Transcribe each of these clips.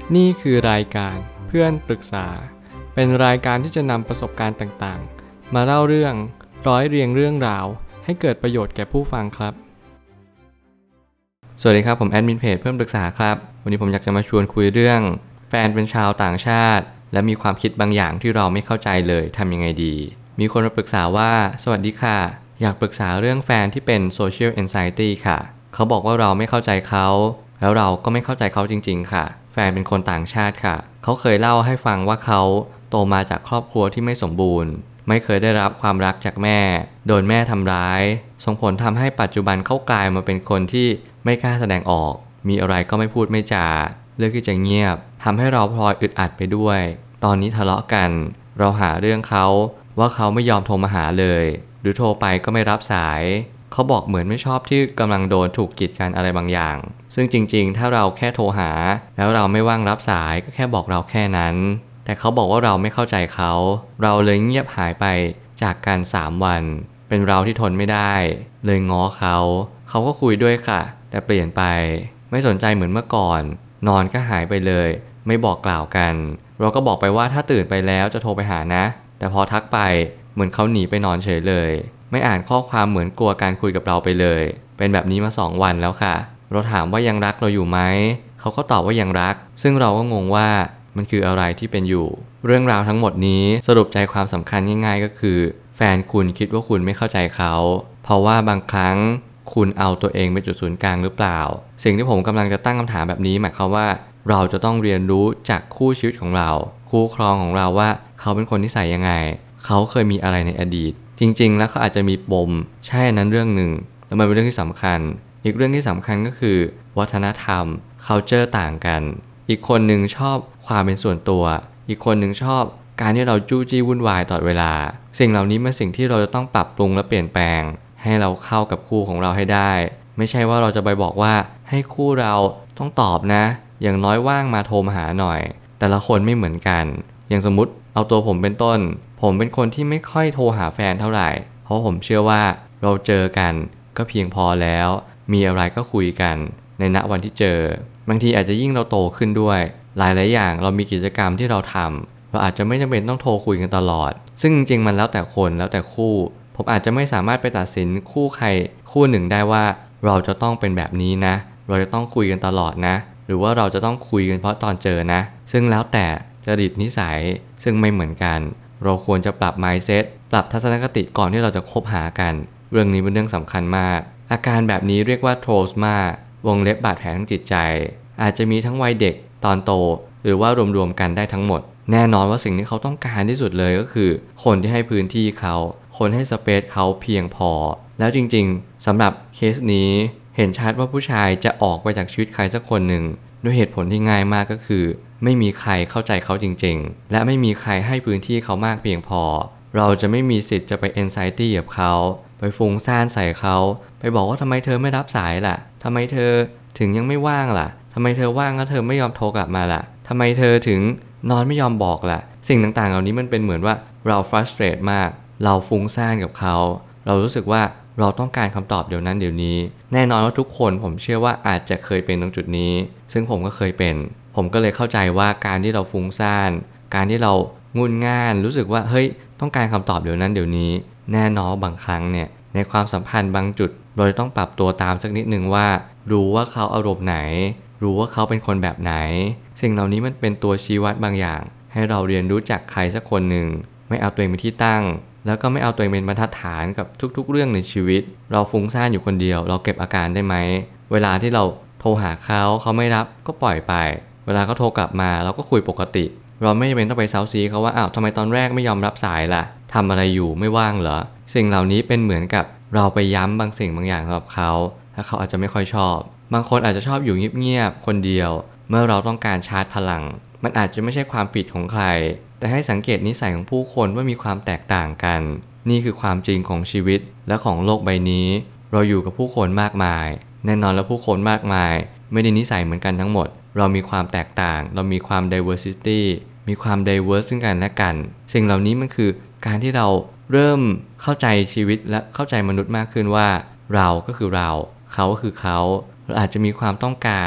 นี่คือรายการเพื่อนปรึกษาเป็นรายการที่จะนำประสบการณ์ต่างๆมาเล่าเรื่องร้อยเรียงเรื่องราวให้เกิดประโยชน์แก่ผู้ฟังครับสวัสดีครับผมแอดมินเพจเพื่อนปรึกษาครับวันนี้ผมอยากจะมาชวนคุยเรื่องแฟนเป็นชาวต่างชาติและมีความคิดบางอย่างที่เราไม่เข้าใจเลยทำยังไงดีมีคนมาปรึกษาว่าสวัสดีค่ะอยากปรึกษาเรื่องแฟนที่เป็น social anxiety ค่ะเขาบอกว่าเราไม่เข้าใจเขาแล้วเราก็ไม่เข้าใจเขาจริงๆค่ะแฟนเป็นคนต่างชาติค่ะเขาเคยเล่าให้ฟังว่าเขาโตมาจากครอบครัวที่ไม่สมบูรณ์ไม่เคยได้รับความรักจากแม่โดนแม่ทำร้ายส่งผลทำให้ปัจจุบันเขากลายมาเป็นคนที่ไม่กล้าแสดงออกมีอะไรก็ไม่พูดไม่จาเลือกที่จะเงียบทำให้เราพลอยอึดอัดไปด้วยตอนนี้ทะเลาะกันเราหาเรื่องเขาว่าเขาไม่ยอมโทรมาหาเลยหรือโทรไปก็ไม่รับสายเขาบอกเหมือนไม่ชอบที่กำลังโดนถูกกีดกันอะไรบางอย่างซึ่งจริงๆถ้าเราแค่โทรหาแล้วเราไม่ว่างรับสายก็แค่บอกเราแค่นั้นแต่เขาบอกว่าเราไม่เข้าใจเขาเราเลยเงียบหายไปจากกัน3 วันเป็นเราที่ทนไม่ได้เลยง้อเขาก็คุยด้วยค่ะแต่เปลี่ยนไปไม่สนใจเหมือนเมื่อก่อนนอนก็หายไปเลยไม่บอกกล่าวกันเราก็บอกไปว่าถ้าตื่นไปแล้วจะโทรไปหานะแต่พอทักไปเหมือนเขาหนีไปนอนเฉยเลยไม่อ่านข้อความเหมือนกลัวการคุยกับเราไปเลยเป็นแบบนี้มา2 วันแล้วค่ะเราถามว่ายังรักเราอยู่ไหมเขาก็ตอบว่ายังรักซึ่งเราก็งงว่ามันคืออะไรที่เป็นอยู่เรื่องราวทั้งหมดนี้สรุปใจความสำคัญง่ายๆก็คือแฟนคุณคิดว่าคุณไม่เข้าใจเขาเพราะว่าบางครั้งคุณเอาตัวเองเป็นจุดศูนย์กลางหรือเปล่าสิ่งที่ผมกำลังจะตั้งคำถามแบบนี้หมายความว่าเราจะต้องเรียนรู้จากคู่ชีวิตของเราคู่ครองของเราว่าเขาเป็นคนนิสัยยังไงเขาเคยมีอะไรในอดีตจริงๆแล้วเขาอาจจะมีปมใช่นั้นเรื่องหนึ่งแล้วมันเป็นเรื่องที่สำคัญอีกเรื่องที่สำคัญก็คือวัฒนธรรม culture ต่างกันอีกคนหนึ่งชอบความเป็นส่วนตัวอีกคนหนึ่งชอบการที่เราจู้จี้วุ่นวายตลอดเวลาสิ่งเหล่านี้เป็นสิ่งที่เราจะต้องปรับปรุงและเปลี่ยนแปลงให้เราเข้ากับคู่ของเราให้ได้ไม่ใช่ว่าเราจะไปบอกว่าให้คู่เราต้องตอบนะอย่างน้อยว่างมาโทรมาหาหน่อยแต่ละคนไม่เหมือนกันอย่างสมมุติเอาตัวผมเป็นต้นผมเป็นคนที่ไม่ค่อยโทรหาแฟนเท่าไหร่เพราะผมเชื่อว่าเราเจอกันก็เพียงพอแล้วมีอะไรก็คุยกันในณวันที่เจอบางทีอาจจะยิ่งเราโตขึ้นด้วยหลายๆอย่างเรามีกิจกรรมที่เราทำเราอาจจะไม่จำเป็นต้องโทรคุยกันตลอดซึ่งจริงๆมันแล้วแต่คนแล้วแต่คู่ผมอาจจะไม่สามารถไปตัดสินคู่ใครคู่หนึ่งได้ว่าเราจะต้องเป็นแบบนี้นะเราจะต้องคุยกันตลอดนะหรือว่าเราจะต้องคุยกันเพราะตอนเจอนะซึ่งแล้วแต่จริตนิสัยซึ่งไม่เหมือนกันเราควรจะปรับ mindset ปรับทัศนคติก่อนที่เราจะคบหากันเรื่องนี้เป็นเรื่องสำคัญมากอาการแบบนี้เรียกว่า trauma วงเล็บบาดแผลทางจิตใจอาจจะมีทั้งวัยเด็กตอนโตหรือว่ารวมๆกันได้ทั้งหมดแน่นอนว่าสิ่งที่เขาต้องการที่สุดเลยก็คือคนที่ให้พื้นที่เขาคนให้สเปซเขาเพียงพอแล้วจริงๆสำหรับเคสนี้เห็นชัดว่าผู้ชายจะออกไปจากชีวิตใครสักคนหนึ่งด้วยเหตุผลที่ง่ายมากก็คือไม่มีใครเข้าใจเขาจริงๆและไม่มีใครให้พื้นที่เขามากเพียงพอเราจะไม่มีสิทธิ์จะไป anxiety กับเขาไปฟุ้งซ่านใส่เขาไปบอกว่าทำไมเธอไม่รับสายล่ะทำไมเธอถึงยังไม่ว่างล่ะทำไมเธอว่างแล้วเธอไม่ยอมโทรกลับมาล่ะทำไมเธอถึงนอนไม่ยอมบอกล่ะสิ่งต่างๆเหล่านี้มันเป็นเหมือนว่าเรา frustrate มากเราฟุ้งซ่านกับเขาเรารู้สึกว่าเราต้องการคำตอบเดี๋ยวนั้นเดี๋ยวนี้แน่นอนว่าทุกคนผมเชื่อว่าอาจจะเคยเป็นตรงจุดนี้ซึ่งผมก็เคยเป็นผมก็เลยเข้าใจว่าการที่เราฟุ้งซ่านการที่เรางุนง่านรู้สึกว่าเฮ้ยต้องการคำตอบเดี๋ยวนั้นเดี๋ยวนี้แน่นอนบางครั้งเนี่ยในความสัมพันธ์บางจุดเราจะต้องปรับตัวตามสักนิดนึงว่ารู้ว่าเขาอารมณ์ไหนรู้ว่าเขาเป็นคนแบบไหนสิ่งเหล่านี้มันเป็นตัวชี้วัดบางอย่างให้เราเรียนรู้จักใครสักคนหนึ่งไม่เอาตัวเองเป็นที่ตั้งแล้วก็ไม่เอาตัวเองเป็นบรรทัดฐานกับทุกๆเรื่องในชีวิตเราฟุ้งซ่านอยู่คนเดียวเราเก็บอาการได้ไหมเวลาที่เราโทรหาเขาไม่รับก็ปล่อยไปเวลาเขาโทรกลับมาเราก็คุยปกติเราไม่จำเป็นต้องไปเซาซีเขาว่าอ้าวทำไมตอนแรกไม่ยอมรับสายล่ะทำอะไรอยู่ไม่ว่างเหรอสิ่งเหล่านี้เป็นเหมือนกับเราไปย้ำบางสิ่งบางอย่างสำหรับเขาถ้าเขาอาจจะไม่ค่อยชอบบางคนอาจจะชอบอยู่เงียบๆคนเดียวเมื่อเราต้องการชาร์จพลังมันอาจจะไม่ใช่ความผิดของใครแต่ให้สังเกตนิสัยของผู้คนว่ามีความแตกต่างกันนี่คือความจริงของชีวิตและของโลกใบนี้เราอยู่กับผู้คนมากมายแน่นอนแล้วผู้คนมากมายไม่ได้นิสัยเหมือนกันทั้งหมดเรามีความแตกต่างเรามีความ diversity มีความ diverse ซึ่งกันและกันสิ่งเหล่านี้มันคือการที่เราเริ่มเข้าใจชีวิตและเข้าใจมนุษย์มากขึ้นว่าเราก็คือเราเขาก็คือเขาอาจจะมีความต้องการ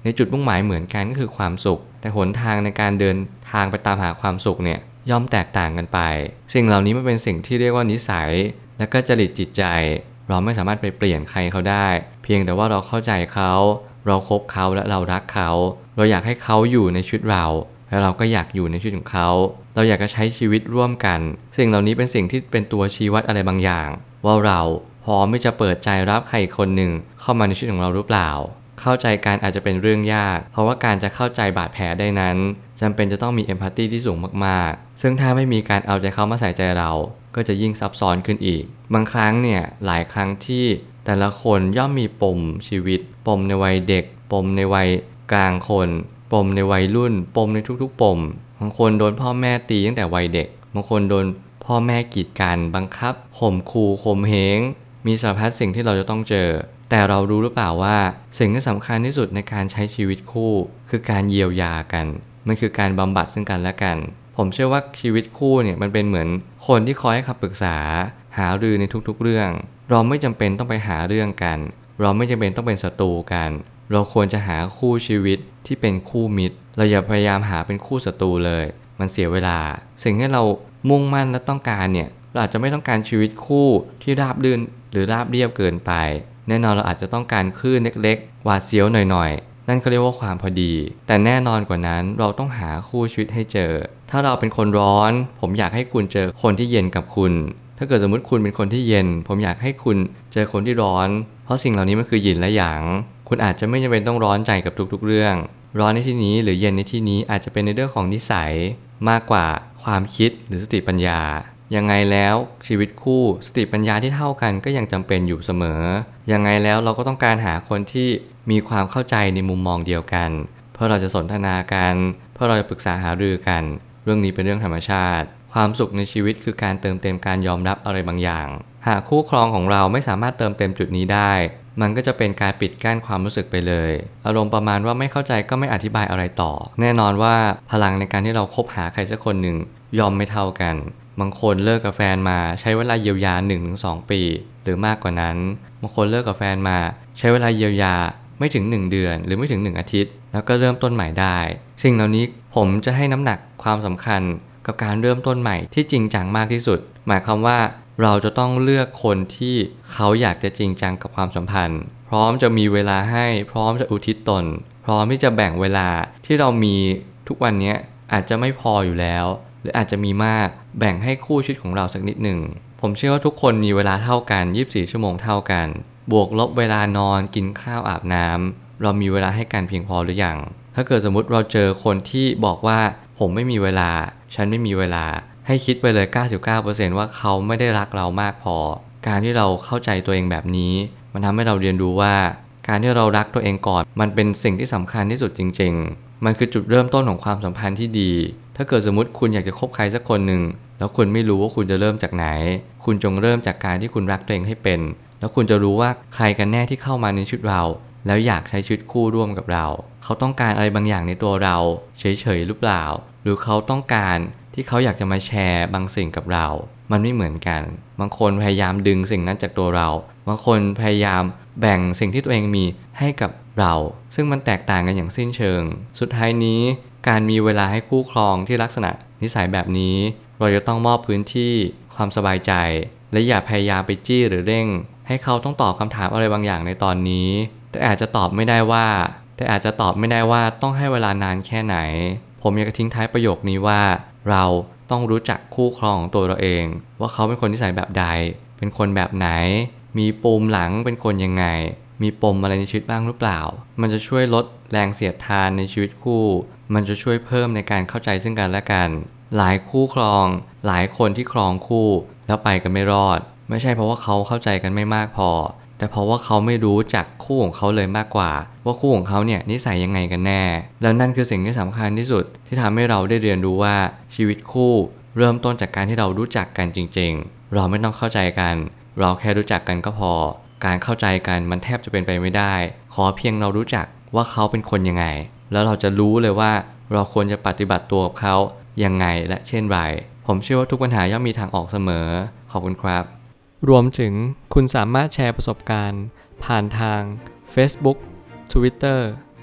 ในจุดมุ่งหมายเหมือนกันก็คือความสุขแต่หนทางในการเดินทางไปตามหาความสุขเนี่ยย่อมแตกต่างกันไปสิ่งเหล่านี้มันเป็นสิ่งที่เรียกว่านิสัยและก็จริตจิตใจเราไม่สามารถไปเปลี่ยนใครเขาได้เพียงแต่ว่าเราเข้าใจเขาเราคบเขาและเรารักเขาเราอยากให้เขาอยู่ในชีวิตเราและเราก็อยากอยู่ในชีวิตของเขาเราอยากจะใช้ชีวิตร่วมกันสิ่งเหล่านี้เป็นสิ่งที่เป็นตัวชี้วัดอะไรบางอย่างว่าเราพร้อมที่จะเปิดใจรับใครคนหนึ่งเข้ามาในชีวิตของเราหรือเปล่าเข้าใจกันอาจจะเป็นเรื่องยากเพราะว่าการจะเข้าใจบาดแผลได้นั้นจำเป็นจะต้องมีเอมพัตตีที่สูงมากๆซึ่งถ้าไม่มีการเอาใจเขามาใส่ใจเราก็จะยิ่งซับซ้อนขึ้นอีกบางครั้งเนี่ยหลายครั้งที่แต่ละคนย่อมมีปมชีวิตปมในวัยเด็กปมในวัยกลางคนปมในวัยรุ่นปมในทุกๆปมบางคนโดนพ่อแม่ตีตั้งแต่วัยเด็กบางคนโดนพ่อแม่กีดกันบังคับข่มขู่ข่มเหงมีสารพัดสิ่งที่เราจะต้องเจอแต่เรารู้หรือเปล่าว่าสิ่งที่สำคัญที่สุดในการใช้ชีวิตคู่คือการเยียวยากันมันคือการบำบัดซึ่งกันและกันผมเชื่อว่าชีวิตคู่เนี่ยมันเป็นเหมือนคนที่คอยให้คำปรึกษาหารือในทุกๆเรื่องเราไม่จำเป็นต้องไปหาเรื่องกันเราไม่จำเป็นต้องเป็นศัตรูกันเราควรจะหาคู่ชีวิตที่เป็นคู่มิตรเราอย่าพยายามหาเป็นคู่ศัตรูเลยมันเสียเวลาสิ่งที่เรามุ่งมั่นและต้องการเนี่ยเราอาจจะไม่ต้องการชีวิตคู่ที่ราบรื่นหรือราบเรียบเกินไปแน่นอนเราอาจจะต้องการคลื่นเล็กๆหวาดเสียวหน่อยๆนั่นเขาเรียกว่าความพอดีแต่แน่นอนกว่านั้นเราต้องหาคู่ชีวิตให้เจอถ้าเราเป็นคนร้อนผมอยากให้คุณเจอคนที่เย็นกับคุณถ้าเกิดสมมติคุณเป็นคนที่เย็นผมอยากให้คุณเจอคนที่ร้อนเพราะสิ่งเหล่านี้มันคือหยินและหยางคุณอาจจะไม่จำเป็นต้องร้อนใจกับทุกๆเรื่องร้อนในที่นี้หรือเย็นในที่นี้อาจจะเป็นในเรื่องของนิสัยมากกว่าความคิดหรือสติปัญญายังไงแล้วชีวิตคู่สติปัญญาที่เท่ากันก็ยังจำเป็นอยู่เสมอยังไงแล้วเราก็ต้องการหาคนที่มีความเข้าใจในมุมมองเดียวกันเพื่อเราจะสนทนากันเพื่อเราจะปรึกษาหารือกันเรื่องนี้เป็นเรื่องธรรมชาติความสุขในชีวิตคือการเติมเต็มการยอมรับอะไรบางอย่างหากคู่ครองของเราไม่สามารถเติมเต็มจุดนี้ได้มันก็จะเป็นการปิดกั้นความรู้สึกไปเลยอารมณ์ประมาณว่าไม่เข้าใจก็ไม่อธิบายอะไรต่อแน่นอนว่าพลังในการที่เราคบหาใครสักคนหนึ่งยอมไม่เท่ากันบางคนเลิกกับแฟนมาใช้เวลาเยียวยา 1-2 ปีหรือมากกว่านั้นบางคนเลิกกับแฟนมาใช้เวลาเยียวยาไม่ถึง1เดือนหรือไม่ถึง1อาทิตย์แล้วก็เริ่มต้นใหม่ได้สิ่งเหล่านี้ผมจะให้น้ำหนักความสำคัญกับการเริ่มต้นใหม่ที่จริงจังมากที่สุดหมายความว่าเราจะต้องเลือกคนที่เขาอยากจะจริงจังกับความสัมพันธ์พร้อมจะมีเวลาให้พร้อมจะอุทิศตนพร้อมที่จะแบ่งเวลาที่เรามีทุกวันนี้อาจจะไม่พออยู่แล้วหรืออาจจะมีมากแบ่งให้คู่ชีวิตของเราสักนิดหนึ่งผมเชื่อว่าทุกคนมีเวลาเท่ากัน24ชั่วโมงเท่ากันบวกลบเวลานอนกินข้าวอาบน้ำเรามีเวลาให้กันเพียงพอหรือยังถ้าเกิดสมมุติเราเจอคนที่บอกว่าผมไม่มีเวลาฉันไม่มีเวลาให้คิดไปเลย 99% ว่าเขาไม่ได้รักเรามากพอการที่เราเข้าใจตัวเองแบบนี้มันทำให้เราเรียนรู้ว่าการที่เรารักตัวเองก่อนมันเป็นสิ่งที่สำคัญที่สุดจริงๆมันคือจุดเริ่มต้นของความสัมพันธ์ที่ดีถ้าเกิดสมมติคุณอยากจะคบใครสักคนหนึ่งแล้วคุณไม่รู้ว่าคุณจะเริ่มจากไหนคุณจงเริ่มจากการที่คุณรักตัวเองให้เป็นแล้วคุณจะรู้ว่าใครกันแน่ที่เข้ามาในชีวิตเราแล้วอยากใช้ชีวิตคู่ร่วมกับเราเขาต้องการอะไรบางอย่างในตัวเราเฉยๆหรือเปล่าหรือเขาต้องการที่เขาอยากจะมาแชร์บางสิ่งกับเรามันไม่เหมือนกันบางคนพยายามดึงสิ่งนั้นจากตัวเราบางคนพยายามแบ่งสิ่งที่ตัวเองมีให้กับเราซึ่งมันแตกต่างกันอย่างสิ้นเชิงสุดท้ายนี้การมีเวลาให้คู่ครองที่ลักษณะนิสัยแบบนี้เราจะต้องมอบพื้นที่ความสบายใจและอย่าพยายามไปจี้หรือเร่งให้เขาต้องตอบคำถามอะไรบางอย่างในตอนนี้แต่อาจจะตอบไม่ได้ว่าต้องให้เวลานานแค่ไหนผมอยากจะทิ้งท้ายประโยคนี้ว่าเราต้องรู้จักคู่ครองของตัวเราเองว่าเขาเป็นคนนิสัยแบบใดเป็นคนแบบไหนมีปูมหลังเป็นคนยังไงมีปมอะไรในชีวิตบ้างหรือเปล่ามันจะช่วยลดแรงเสียดทานในชีวิตคู่มันจะช่วยเพิ่มในการเข้าใจซึ่งกันและกันหลายคู่ครองหลายคนที่ครองคู่แล้วไปกันไม่รอดไม่ใช่เพราะว่าเขาเข้าใจกันไม่มากพอแต่เพราะว่าเขาไม่รู้จักคู่ของเขาเลยมากกว่าว่าคู่ของเขาเนี่ยนิสัยยังไงกันแน่แล้วนั่นคือสิ่งที่สำคัญที่สุดที่ทำให้เราได้เรียนรู้ว่าชีวิตคู่เริ่มต้นจากการที่เรารู้จักกันจริงๆเราไม่ต้องเข้าใจกันเราแค่รู้จักกันก็พอการเข้าใจกันมันแทบจะเป็นไปไม่ได้ขอเพียงเรารู้จักว่าเขาเป็นคนยังไงแล้วเราจะรู้เลยว่าเราควรจะปฏิบัติตัวกับเขายังไงและเช่นไรผมเชื่อว่าทุกปัญหาย่อมมีทางออกเสมอขอบคุณครับรวมถึงคุณสามารถแชร์ประสบการณ์ผ่านทาง Facebook Twitter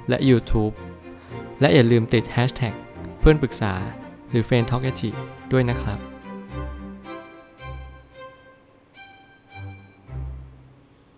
และ YouTube และอย่าลืมติด Hashtag เพื่อนปรึกษาหรือ f r ร e n d t a l k ด้วยนะครับ